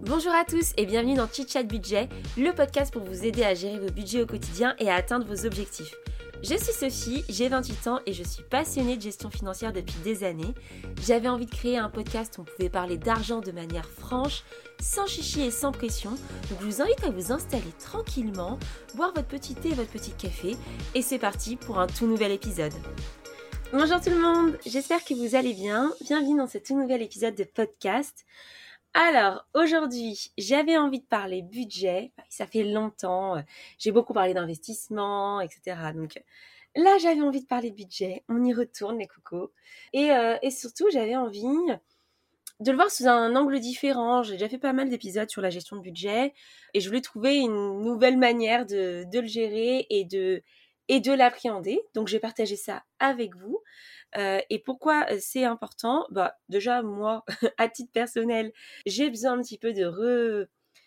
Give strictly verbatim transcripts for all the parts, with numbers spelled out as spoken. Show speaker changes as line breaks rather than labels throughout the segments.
Bonjour à tous et bienvenue dans Chit Chat Budget, le podcast pour vous aider à gérer vos budgets au quotidien et à atteindre vos objectifs. Je suis Sophie, j'ai vingt-huit ans et je suis passionnée de gestion financière depuis des années. J'avais envie de créer un podcast où on pouvait parler d'argent de manière franche, sans chichi et sans pression. Donc je vous invite à vous installer tranquillement, boire votre petit thé et votre petit café et c'est parti pour un tout nouvel épisode. Bonjour tout le monde, j'espère que vous allez bien. Bienvenue dans ce tout nouvel épisode de podcast. Alors, aujourd'hui, j'avais envie de parler budget. Ça fait longtemps, euh, j'ai beaucoup parlé d'investissement, et cetera. Donc là, j'avais envie de parler budget. On y retourne, les cocos. Et, euh, et surtout, j'avais envie de le voir sous un angle différent. J'ai déjà fait pas mal d'épisodes sur la gestion de budget et je voulais trouver une nouvelle manière de, de le gérer et de, et de l'appréhender. Donc, j'ai partagé ça avec vous. Euh, et pourquoi c'est important ? Bah, déjà, moi, à titre personnel, j'ai besoin un petit peu de, re...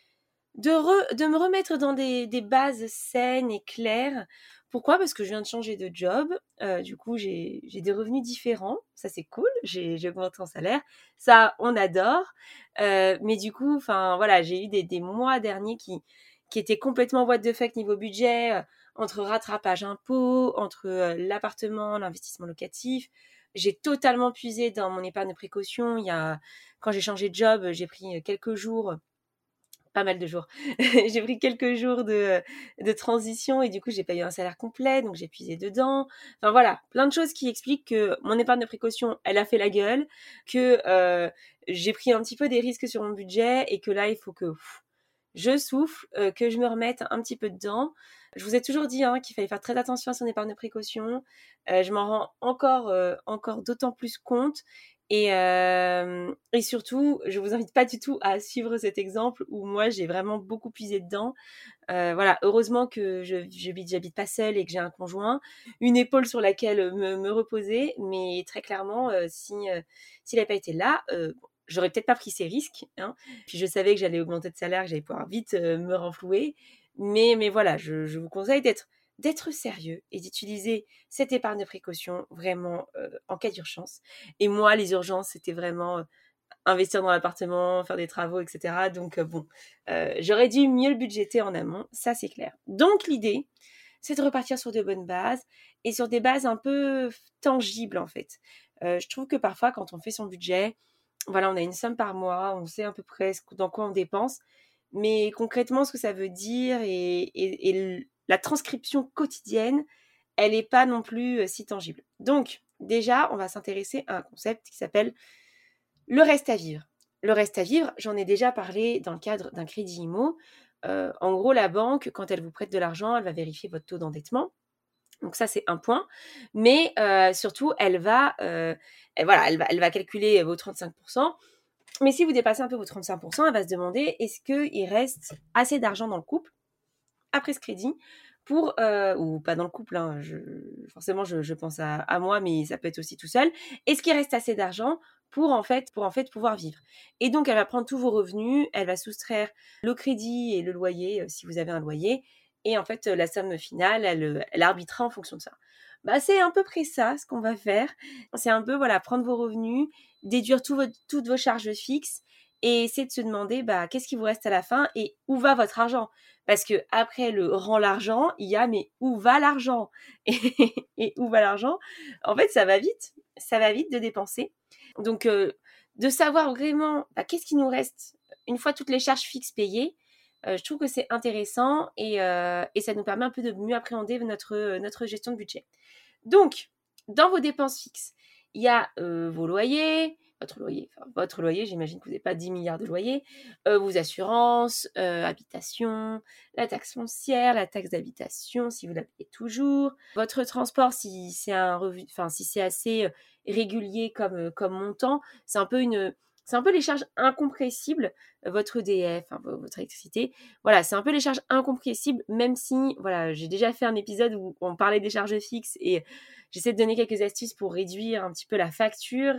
de, re... de me remettre dans des, des bases saines et claires. Pourquoi ? Parce que je viens de changer de job. Euh, du coup, j'ai, j'ai des revenus différents. Ça, c'est cool. J'ai, j'ai augmenté en salaire. Ça, on adore. Euh, mais du coup, enfin, voilà, j'ai eu des, des mois derniers qui, qui étaient complètement what the fuck niveau budget, euh, entre rattrapage impôt, entre euh, l'appartement, l'investissement locatif. J'ai totalement puisé dans mon épargne de précaution. Il y a, quand j'ai changé de job, j'ai pris quelques jours, pas mal de jours, j'ai pris quelques jours de, de transition et du coup, j'ai pas eu un salaire complet, donc j'ai puisé dedans. Enfin voilà, plein de choses qui expliquent que mon épargne de précaution, elle a fait la gueule, que euh, j'ai pris un petit peu des risques sur mon budget et que là, il faut que pff, je souffle, euh, que je me remette un petit peu dedans. Je vous ai toujours dit hein, qu'il fallait faire très attention à son épargne de précaution. Euh, je m'en rends encore, euh, encore d'autant plus compte. Et, euh, et surtout, je vous invite pas du tout à suivre cet exemple où moi, j'ai vraiment beaucoup puisé dedans. Euh, voilà, heureusement que je, je, j'habite pas seule et que j'ai un conjoint, une épaule sur laquelle me, me reposer. Mais très clairement, euh, si, euh, s'il n'avait pas été là, euh, j'aurais peut-être pas pris ces risques. Hein. Puis je savais que j'allais augmenter de salaire, que j'allais pouvoir vite euh, me renflouer. Mais, mais voilà, je, je vous conseille d'être, d'être sérieux et d'utiliser cette épargne de précaution vraiment euh, en cas d'urgence. Et moi, les urgences, c'était vraiment euh, investir dans l'appartement, faire des travaux, et cetera. Donc euh, bon, euh, j'aurais dû mieux le budgéter en amont, ça c'est clair. Donc l'idée, c'est de repartir sur de bonnes bases et sur des bases un peu tangibles en fait. Euh, je trouve que parfois, quand on fait son budget, voilà, on a une somme par mois, on sait à peu près dans quoi on dépense, mais concrètement, ce que ça veut dire et, et, et la transcription quotidienne, elle n'est pas non plus si tangible. Donc, déjà, on va s'intéresser à un concept qui s'appelle le reste à vivre. Le reste à vivre, j'en ai déjà parlé dans le cadre d'un crédit IMO. Euh, en gros, la banque, quand elle vous prête de l'argent, elle va vérifier votre taux d'endettement. Donc ça, c'est un point. Mais euh, surtout, elle va, euh, elle, voilà, elle va, elle va calculer vos trente-cinq pour cent. Mais si vous dépassez un peu vos trente-cinq pour cent, elle va se demander est-ce qu'il reste assez d'argent dans le couple après ce crédit pour, euh, ou pas dans le couple, hein, je, forcément je, je pense à, à moi, mais ça peut être aussi tout seul. Est-ce qu'il reste assez d'argent pour en fait, pour en fait pouvoir vivre ? Et donc elle va prendre tous vos revenus, elle va soustraire le crédit et le loyer euh, si vous avez un loyer, et en fait la somme finale, elle, elle arbitrera en fonction de ça. Bah, c'est à peu près ça ce qu'on va faire. C'est un peu voilà prendre vos revenus, déduire tout votre, toutes vos charges fixes et essayer de se demander bah, qu'est-ce qui vous reste à la fin et où va votre argent. Parce que après le rend l'argent, il y a mais où va l'argent et, et où va l'argent ? En fait, ça va vite, ça va vite de dépenser. Donc, euh, de savoir vraiment bah, qu'est-ce qui nous reste une fois toutes les charges fixes payées, euh, je trouve que c'est intéressant et, euh, et ça nous permet un peu de mieux appréhender notre, notre gestion de budget. Donc, dans vos dépenses fixes, il y a euh, vos loyers, votre loyer, enfin, votre loyer, j'imagine que vous n'avez pas dix milliards de loyers, euh, vos assurances, euh, habitation, la taxe foncière, la taxe d'habitation, si vous la payez toujours, votre transport, si c'est un revenu, enfin, si c'est assez régulier comme, comme montant, c'est un peu une, c'est un peu les charges incompressibles, votre E D F, hein, votre électricité, voilà, c'est un peu les charges incompressibles, même si, voilà, j'ai déjà fait un épisode où on parlait des charges fixes et j'essaie de donner quelques astuces pour réduire un petit peu la facture.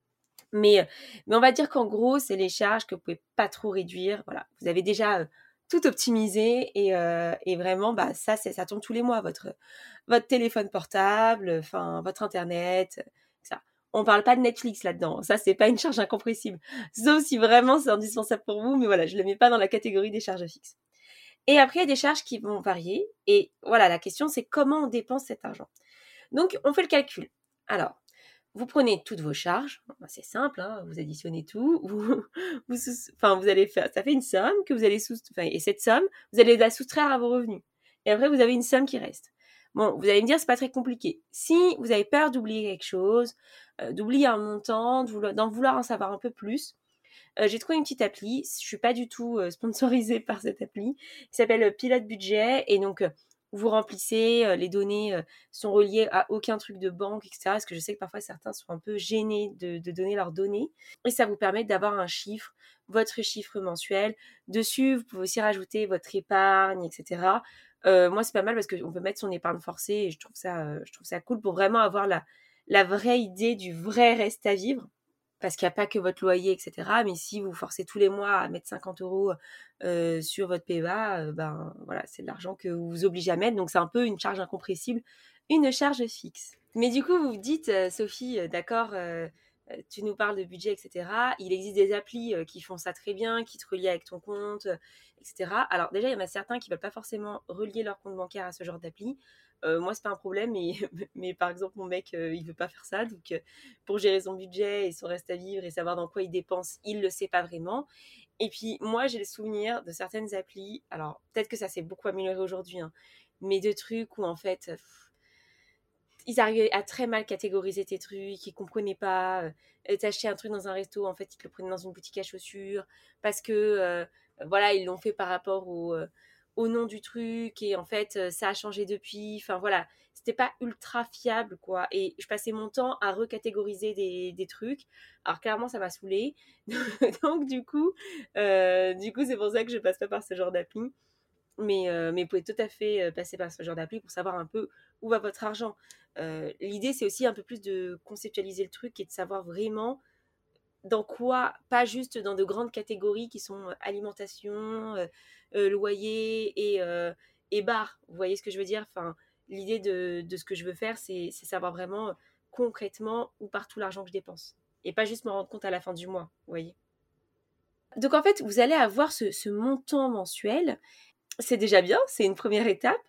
Mais, mais on va dire qu'en gros, c'est les charges que vous pouvez pas trop réduire. Voilà, vous avez déjà euh, tout optimisé et, euh, et vraiment, bah, ça, c'est, ça tombe tous les mois. Votre, votre téléphone portable, enfin, votre Internet, ça. On parle pas de Netflix là-dedans. Ça, c'est pas une charge incompressible. Sauf si vraiment c'est indispensable pour vous. Mais voilà, je le mets pas dans la catégorie des charges fixes. Et après, il y a des charges qui vont varier. Et voilà, la question, c'est comment on dépense cet argent. Donc, on fait le calcul. Alors, vous prenez toutes vos charges. C'est simple, hein, vous additionnez tout. Vous, vous, sous, enfin, vous allez faire, ça fait une somme que vous allez sous, enfin, et cette somme, vous allez la soustraire à vos revenus. Et après, vous avez une somme qui reste. Bon, vous allez me dire, c'est pas très compliqué. Si vous avez peur d'oublier quelque chose, euh, d'oublier un montant, de vouloir, d'en vouloir en savoir un peu plus, euh, j'ai trouvé une petite appli. Je suis pas du tout euh, sponsorisée par cette appli. Qui s'appelle euh, Pilote Budget. Et donc, euh, vous remplissez, euh, les données euh, sont reliées à aucun truc de banque, et cetera. Parce que je sais que parfois certains sont un peu gênés de, de donner leurs données. Et ça vous permet d'avoir un chiffre, votre chiffre mensuel. Dessus, vous pouvez aussi rajouter votre épargne, et cetera. Euh, moi, c'est pas mal parce qu'on peut mettre son épargne forcée et je trouve ça, euh, je trouve ça cool pour vraiment avoir la, la vraie idée du vrai reste à vivre. Parce qu'il n'y a pas que votre loyer, et cetera. Mais si vous forcez tous les mois à mettre cinquante euros euh, sur votre P E A, euh, ben voilà, c'est de l'argent que vous vous obligez à mettre. Donc c'est un peu une charge incompressible, une charge fixe. Mais du coup, vous vous dites, euh, Sophie, euh, d'accord, euh, tu nous parles de budget, et cetera. Il existe des applis euh, qui font ça très bien, qui te relient avec ton compte, euh, et cetera. Alors déjà, il y en a certains qui ne veulent pas forcément relier leur compte bancaire à ce genre d'appli. Euh, moi, c'est pas un problème, mais, mais par exemple, mon mec, euh, il veut pas faire ça. Donc, euh, pour gérer son budget et son reste à vivre et savoir dans quoi il dépense, il le sait pas vraiment. Et puis, moi, j'ai le souvenir de certaines applis. Alors, peut-être que ça s'est beaucoup amélioré aujourd'hui, hein, mais de trucs où, en fait, pff, ils arrivaient à très mal catégoriser tes trucs, ils comprenaient pas. Euh, t'achetais un truc dans un resto, en fait, ils te le prenaient dans une boutique à chaussures parce que, euh, voilà, ils l'ont fait par rapport au... Euh, au nom du truc et en fait euh, ça a changé depuis, enfin voilà, c'était pas ultra fiable quoi et je passais mon temps à recatégoriser des, des trucs, alors clairement ça m'a saoulée donc du coup euh, du coup c'est pour ça que je passe pas par ce genre d'appli mais, euh, mais vous pouvez tout à fait euh, passer par ce genre d'appli pour savoir un peu où va votre argent. Euh, l'idée c'est aussi un peu plus de conceptualiser le truc et de savoir vraiment dans quoi, pas juste dans de grandes catégories qui sont alimentation, euh, euh, loyer et, euh, et bar. Vous voyez ce que je veux dire? Enfin, l'idée de, de ce que je veux faire, c'est, c'est savoir vraiment euh, concrètement où part tout l'argent que je dépense. Et pas juste me rendre compte à la fin du mois, vous voyez? Donc en fait, vous allez avoir ce, ce montant mensuel. C'est déjà bien, c'est une première étape.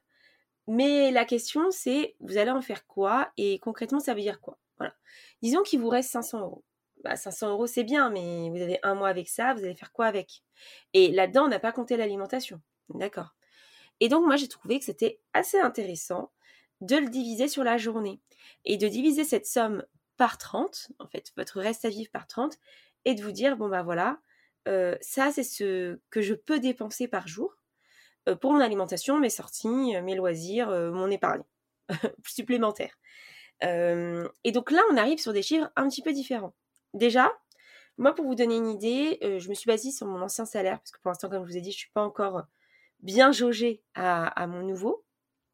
Mais la question, c'est, vous allez en faire quoi? Et concrètement, ça veut dire quoi? Voilà. Disons qu'il vous reste cinq cents euros. Bah, cinq cents euros, c'est bien, mais vous avez un mois avec ça, vous allez faire quoi avec? Et là-dedans, on n'a pas compté l'alimentation. D'accord. Et donc, moi, j'ai trouvé que c'était assez intéressant de le diviser sur la journée. Et de diviser cette somme par trente, en fait, votre reste à vivre par trente, et de vous dire, bon, bah voilà, euh, ça, c'est ce que je peux dépenser par jour euh, pour mon alimentation, mes sorties, euh, mes loisirs, euh, mon épargne supplémentaire. Euh, et donc là, on arrive sur des chiffres un petit peu différents. Déjà, moi, pour vous donner une idée, euh, je me suis basée sur mon ancien salaire, parce que pour l'instant, comme je vous ai dit, je ne suis pas encore bien jaugée à, à mon nouveau.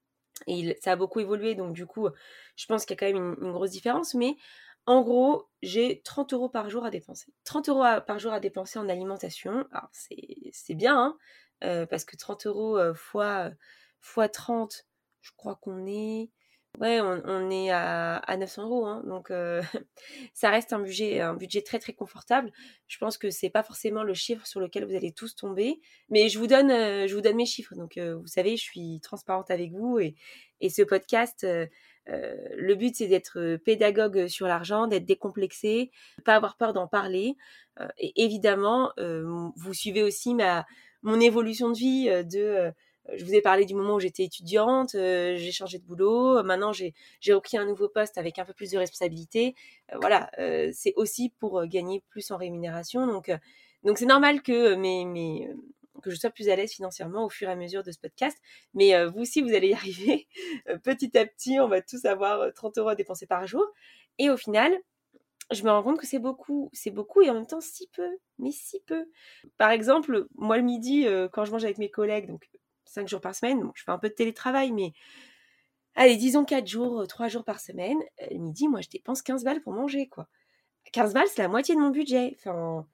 Et il, ça a beaucoup évolué, donc du coup, je pense qu'il y a quand même une, une grosse différence. Mais en gros, j'ai trente euros par jour à dépenser. trente euros à, par jour à dépenser en alimentation. Alors, c'est, c'est bien, hein, euh, parce que trente euros euh, fois, fois trente, je crois qu'on est... Ouais, on, on est à, à neuf cents euros, hein, donc euh, ça reste un budget, un budget très très confortable. Je pense que c'est pas forcément le chiffre sur lequel vous allez tous tomber, mais je vous donne, euh, je vous donne mes chiffres. Donc euh, vous savez, je suis transparente avec vous et, et ce podcast, euh, euh, le but c'est d'être pédagogue sur l'argent, d'être décomplexé, de pas avoir peur d'en parler. Euh, et évidemment, euh, vous suivez aussi ma mon évolution de vie, euh, de euh, je vous ai parlé du moment où j'étais étudiante, euh, j'ai changé de boulot, maintenant j'ai, j'ai repris un nouveau poste avec un peu plus de responsabilité. Euh, voilà, euh, c'est aussi pour gagner plus en rémunération. Donc, euh, donc c'est normal que, mes, mes, que je sois plus à l'aise financièrement au fur et à mesure de ce podcast. Mais euh, vous aussi, vous allez y arriver. Petit à petit, on va tous avoir trente euros à dépenser par jour. Et au final, je me rends compte que c'est beaucoup, c'est beaucoup et en même temps si peu, mais si peu. Par exemple, moi le midi, euh, quand je mange avec mes collègues, donc cinq jours par semaine, bon, je fais un peu de télétravail, mais allez, disons quatre jours, trois jours par semaine, euh, le midi, moi je dépense quinze balles pour manger, quoi. quinze balles, c'est la moitié de mon budget. Enfin,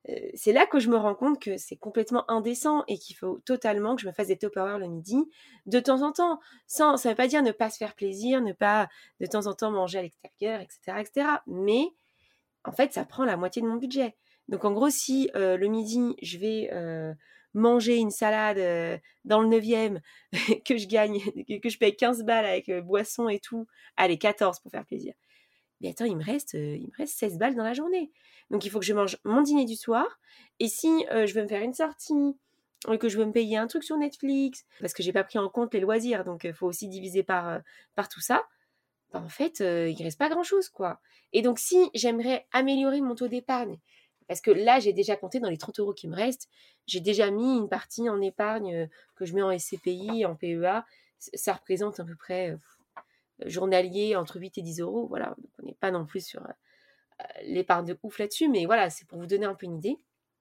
euh, c'est là que je me rends compte que c'est complètement indécent et qu'il faut totalement que je me fasse des Tupperware le midi, de temps en temps. Sans, ça ne veut pas dire ne pas se faire plaisir, ne pas de temps en temps manger à l'extérieur, et cetera, et cetera. Mais en fait, ça prend la moitié de mon budget. Donc en gros, si euh, le midi, je vais euh, manger une salade euh, dans le neuvième, que je gagne, que je paye quinze balles avec euh, boisson et tout, allez, quatorze pour faire plaisir. Mais attends, il me reste, euh, il me reste seize balles dans la journée. Donc il faut que je mange mon dîner du soir. Et si euh, je veux me faire une sortie, euh, que je veux me payer un truc sur Netflix, parce que j'ai pas pris en compte les loisirs, donc il faut aussi diviser par, euh, par tout ça, bah, en fait, euh, il reste pas grand-chose, quoi. Et donc, si j'aimerais améliorer mon taux d'épargne, parce que là, j'ai déjà compté dans les trente euros qui me restent, j'ai déjà mis une partie en épargne euh, que je mets en S C P I, en P E A, C- ça représente à peu près euh, journalier entre huit et dix euros, voilà. Donc, on n'est pas non plus sur euh, l'épargne de ouf là-dessus, mais voilà, c'est pour vous donner un peu une idée.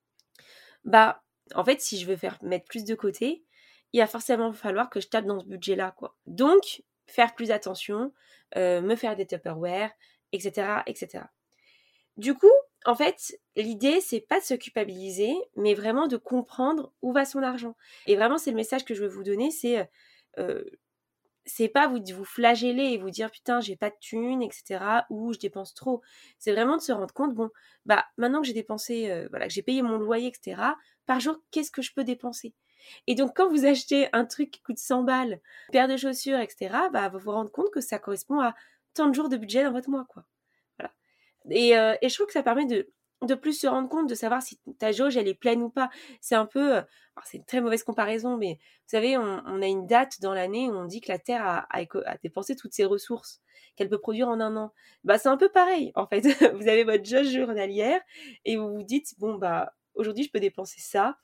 Bah, en fait, si je veux faire mettre plus de côté, il va forcément falloir que je tape dans ce budget-là, quoi. Donc, faire plus attention, euh, me faire des Tupperware, et cetera, et cetera. Du coup, en fait, l'idée, c'est pas de se culpabiliser, mais vraiment de comprendre où va son argent. Et vraiment, c'est le message que je veux vous donner, c'est euh, c'est pas vous vous flageller et vous dire putain j'ai pas de thunes, et cetera, ou je dépense trop. C'est vraiment de se rendre compte, bon, bah maintenant que j'ai dépensé, euh, voilà, que j'ai payé mon loyer, et cetera, par jour, qu'est-ce que je peux dépenser? Et donc quand vous achetez un truc qui coûte cent balles, une paire de chaussures, et cetera, bah vous vous rendez compte que ça correspond à tant de jours de budget dans votre mois, quoi. Voilà. Et, euh, et je trouve que ça permet de, de plus se rendre compte, de savoir si ta jauge, elle est pleine ou pas. C'est un peu... euh, alors c'est une très mauvaise comparaison, mais vous savez, on, on a une date dans l'année où on dit que la Terre a, a, a dépensé toutes ses ressources, qu'elle peut produire en un an. Bah, c'est un peu pareil, en fait. Vous avez votre jauge journalière et vous vous dites, bon, bah, aujourd'hui, je peux dépenser ça.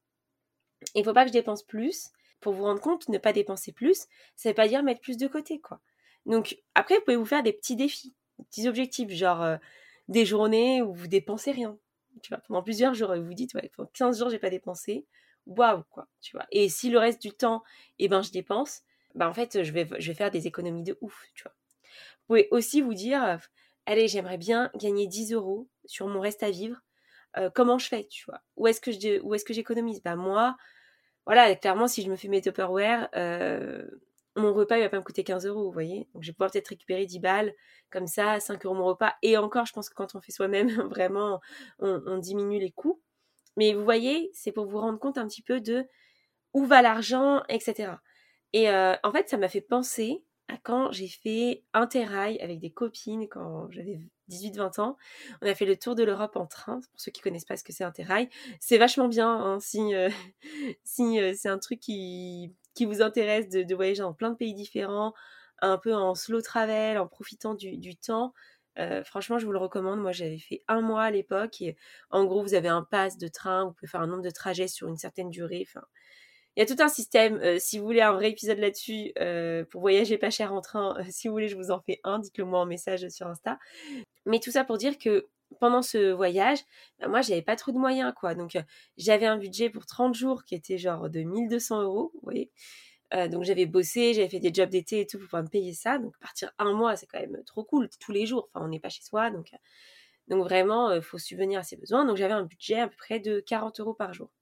Il ne faut pas que je dépense plus. Pour vous rendre compte, ne pas dépenser plus, ça ne veut pas dire mettre plus de côté, quoi. Donc, après, vous pouvez vous faire des petits défis, des petits objectifs, genre euh, des journées où vous dépensez rien. Tu vois, pendant plusieurs jours, vous vous dites, ouais, pendant quinze jours, j'ai pas dépensé. Waouh, quoi, tu vois. Et si le reste du temps, eh ben, je dépense, bah, en fait, je vais, je vais faire des économies de ouf, tu vois. Vous pouvez aussi vous dire, euh, allez, j'aimerais bien gagner dix euros sur mon reste à vivre. Euh, comment je fais, tu vois? Où est-ce que je, où est-ce que j'économise? Bah, moi, voilà, clairement, si je me fais mes Tupperware, euh, mon repas, il va pas me coûter quinze euros, vous voyez. Donc, je vais pouvoir peut-être récupérer dix balles, comme ça, cinq euros mon repas. Et encore, je pense que quand on fait soi-même, vraiment, on, on diminue les coûts. Mais vous voyez, c'est pour vous rendre compte un petit peu de où va l'argent, et cetera. Et euh, en fait, ça m'a fait penser à quand j'ai fait Interrail avec des copines quand j'avais dix-huit vingt ans. On a fait le tour de l'Europe en train, pour ceux qui connaissent pas ce que c'est Interrail. C'est vachement bien, hein, si, euh, si euh, c'est un truc qui, qui vous intéresse de, de voyager dans plein de pays différents, un peu en slow travel, en profitant du, du temps. Euh, franchement, je vous le recommande. Moi, j'avais fait un mois à l'époque et en gros, vous avez un pass de train, vous pouvez faire un nombre de trajets sur une certaine durée. Enfin, il y a tout un système. Euh, si vous voulez un vrai épisode là-dessus, euh, pour voyager pas cher en train, euh, si vous voulez, je vous en fais un. Dites-le moi en message sur Insta. Mais tout ça pour dire que pendant ce voyage, bah, moi, j'avais pas trop de moyens, quoi. Donc, euh, j'avais un budget pour trente jours qui était genre de mille deux cents euros, vous voyez. Euh, donc, j'avais bossé, j'avais fait des jobs d'été et tout pour pouvoir me payer ça. Donc, partir un mois, c'est quand même trop cool, tous les jours. Enfin, on n'est pas chez soi, donc... euh, donc vraiment, il euh, faut subvenir à ses besoins. Donc, j'avais un budget à peu près de quarante euros par jour.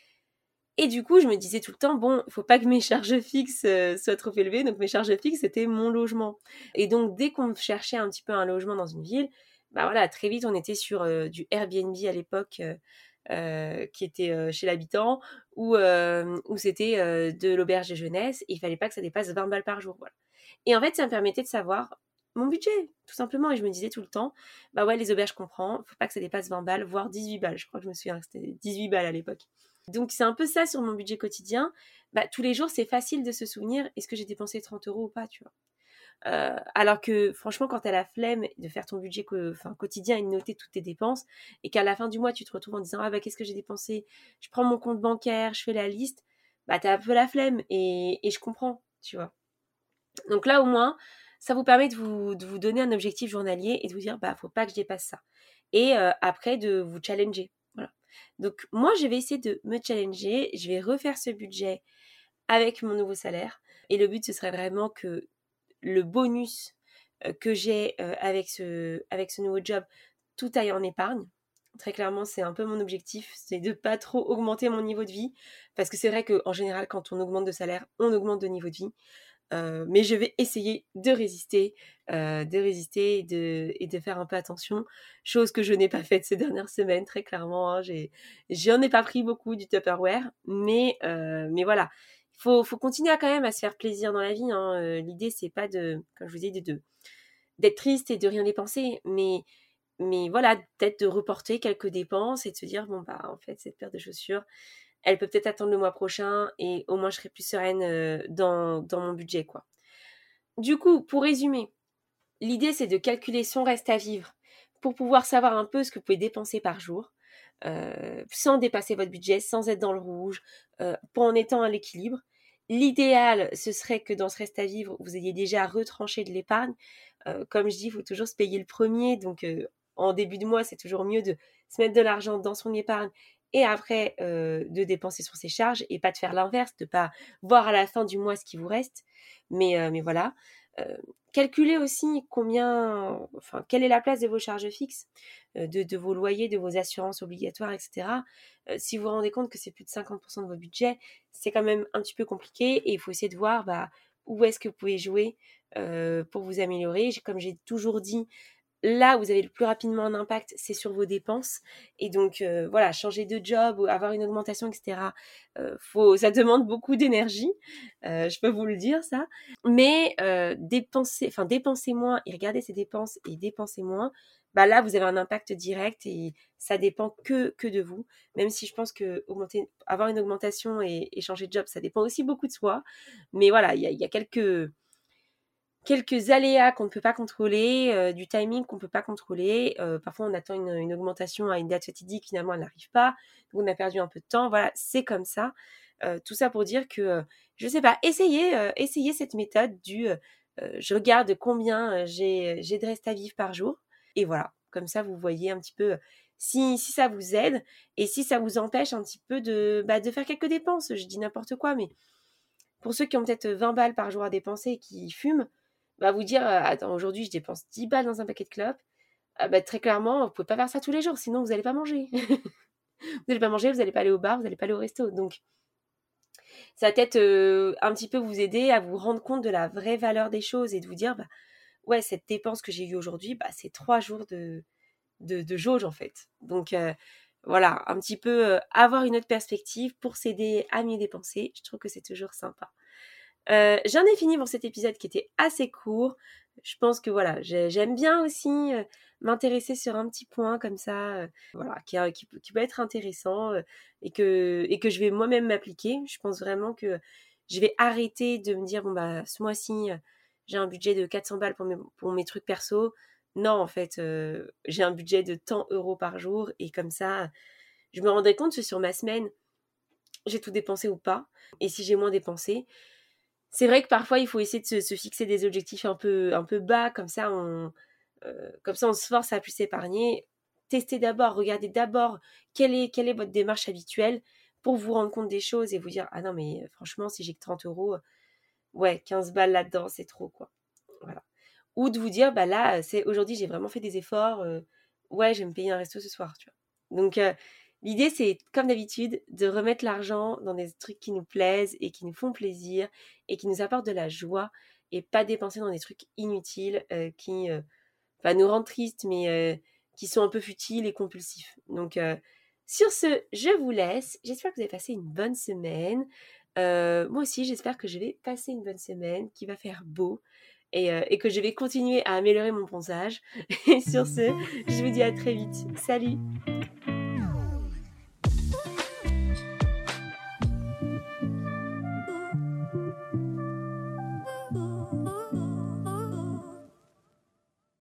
Et du coup, je me disais tout le temps, bon, il faut pas que mes charges fixes euh, soient trop élevées. Donc, mes charges fixes, c'était mon logement. Et donc, dès qu'on cherchait un petit peu un logement dans une ville, bah voilà, très vite, on était sur euh, du Airbnb à l'époque, euh, euh, qui était euh, chez l'habitant, ou euh, où c'était euh, de l'auberge de jeunesse. Et il fallait pas que ça dépasse vingt balles par jour. Voilà. Et en fait, ça me permettait de savoir mon budget, tout simplement. Et je me disais tout le temps, bah ouais, les auberges, je comprends, faut pas que ça dépasse vingt balles, voire dix-huit balles. Je crois que je me souviens que c'était dix-huit balles à l'époque. Donc c'est un peu ça sur mon budget quotidien. Bah, tous les jours, c'est facile de se souvenir, est-ce que j'ai dépensé trente euros ou pas, tu vois. Euh, alors que franchement, quand t'as la flemme de faire ton budget co- enfin, quotidien et de noter toutes tes dépenses, et qu'à la fin du mois, tu te retrouves en disant, ah bah qu'est-ce que j'ai dépensé? Je prends mon compte bancaire, je fais la liste, bah t'as un peu la flemme, et, et je comprends, tu vois. Donc là, au moins, ça vous permet de vous, de vous donner un objectif journalier et de vous dire, bah faut pas que je dépasse ça. Et euh, après, de vous challenger. Voilà. Donc moi, je vais essayer de me challenger, je vais refaire ce budget avec mon nouveau salaire. Et le but, ce serait vraiment que le bonus euh, que j'ai euh, avec, ce, avec ce nouveau job, tout aille en épargne. Très clairement, c'est un peu mon objectif, c'est de pas trop augmenter mon niveau de vie. Parce que c'est vrai qu'en général, quand on augmente de salaire, on augmente de niveau de vie. Euh, mais je vais essayer de résister, euh, de résister et de, et de faire un peu attention. Chose que je n'ai pas faite ces dernières semaines, très clairement. Hein, j'ai, j'en ai pas pris beaucoup du Tupperware. Mais, euh, mais voilà, il faut, faut continuer à quand même à se faire plaisir dans la vie. Hein. Euh, l'idée, c'est pas de, comme je vous ai dit, de, de, d'être triste et de rien dépenser. Mais mais voilà, peut-être de reporter quelques dépenses et de se dire, bon, bah, en fait, cette paire de chaussures, elle peut peut-être attendre le mois prochain et au moins je serai plus sereine euh, dans, dans mon budget, quoi. Du coup, pour résumer, l'idée, c'est de calculer son reste à vivre pour pouvoir savoir un peu ce que vous pouvez dépenser par jour, euh, sans dépasser votre budget, sans être dans le rouge, euh, pour en étant à l'équilibre. L'idéal, ce serait que dans ce reste à vivre, vous ayez déjà retranché de l'épargne. Euh, comme je dis, il faut toujours se payer le premier. Donc, euh, en début de mois, c'est toujours mieux de se mettre de l'argent dans son épargne et après euh, de dépenser sur ses charges et pas de faire l'inverse, de pas voir à la fin du mois ce qui vous reste. Mais, euh, mais voilà. Euh, calculez aussi combien, enfin, quelle est la place de vos charges fixes, euh, de, de vos loyers, de vos assurances obligatoires, et cetera. Euh, si vous vous rendez compte que c'est plus de cinquante pour cent de votre budget, c'est quand même un petit peu compliqué et il faut essayer de voir bah, où est-ce que vous pouvez jouer euh, pour vous améliorer. Comme j'ai toujours dit, là où vous avez le plus rapidement un impact, c'est sur vos dépenses. Et donc, euh, voilà, changer de job ou avoir une augmentation, et cetera, euh, faut, ça demande beaucoup d'énergie. Euh, je peux vous le dire, ça. Mais euh, dépenser, enfin, dépenser moins et regarder ses dépenses et dépenser moins, bah là, vous avez un impact direct et ça dépend que, que de vous. Même si je pense que augmenter, avoir une augmentation et, et changer de job, ça dépend aussi beaucoup de soi. Mais voilà, il y a, y a quelques... quelques aléas qu'on ne peut pas contrôler, euh, du timing qu'on ne peut pas contrôler. Euh, parfois, on attend une, une augmentation à une date fatidique, finalement, elle n'arrive pas. Donc, on a perdu un peu de temps. Voilà, c'est comme ça. Euh, tout ça pour dire que, euh, je ne sais pas, essayez, euh, essayez cette méthode du euh, je regarde combien j'ai, j'ai de reste à vivre par jour. Et voilà, comme ça, vous voyez un petit peu si, si ça vous aide et si ça vous empêche un petit peu de, bah, de faire quelques dépenses. Je dis n'importe quoi, mais pour ceux qui ont peut-être vingt balles par jour à dépenser et qui fument, bah vous dire, euh, attends, aujourd'hui, je dépense dix balles dans un paquet de clopes. Ah bah, très clairement, vous pouvez pas faire ça tous les jours, sinon vous n'allez pas manger. Vous n'allez pas manger, vous n'allez pas aller au bar, vous n'allez pas aller au resto. Donc, ça va peut-être euh, un petit peu vous aider à vous rendre compte de la vraie valeur des choses et de vous dire, bah, ouais, cette dépense que j'ai eue aujourd'hui, bah, c'est trois jours de, de, de jauge, en fait. Donc, euh, voilà, un petit peu euh, avoir une autre perspective pour s'aider à mieux dépenser. Je trouve que c'est toujours sympa. Euh, j'en ai fini pour cet épisode qui était assez court. Je pense que voilà, j'ai, j'aime bien aussi euh, m'intéresser sur un petit point comme ça, euh, voilà, qui, qui, qui peut être intéressant euh, et, que, et que je vais moi-même m'appliquer. Je pense vraiment que je vais arrêter de me dire, bon bah ce mois-ci, euh, j'ai un budget de quatre cents balles pour mes, pour mes trucs perso. Non, en fait, euh, j'ai un budget de tant euros par jour et comme ça, je me rendrai compte que sur ma semaine, j'ai tout dépensé ou pas. Et si j'ai moins dépensé, c'est vrai que parfois, il faut essayer de se, se fixer des objectifs un peu, un peu bas, comme ça, on, euh, comme ça, on se force à plus s'épargner. Testez d'abord, regardez d'abord quelle est, quelle est votre démarche habituelle pour vous rendre compte des choses et vous dire, ah non, mais franchement, si j'ai que trente euros, ouais, quinze balles là-dedans, c'est trop, quoi. Voilà. Ou de vous dire, bah là, c'est, aujourd'hui, j'ai vraiment fait des efforts, euh, ouais, je vais me payer un resto ce soir, tu vois. Donc, euh, l'idée, c'est, comme d'habitude, de remettre l'argent dans des trucs qui nous plaisent et qui nous font plaisir et qui nous apportent de la joie et pas dépenser dans des trucs inutiles euh, qui euh, bah, nous rendent tristes, mais euh, qui sont un peu futiles et compulsifs. Donc, euh, sur ce, je vous laisse. J'espère que vous avez passé une bonne semaine. Euh, moi aussi, j'espère que je vais passer une bonne semaine, qu'il va faire beau et, euh, et que je vais continuer à améliorer mon bronzage. Et sur ce, je vous dis à très vite. Salut!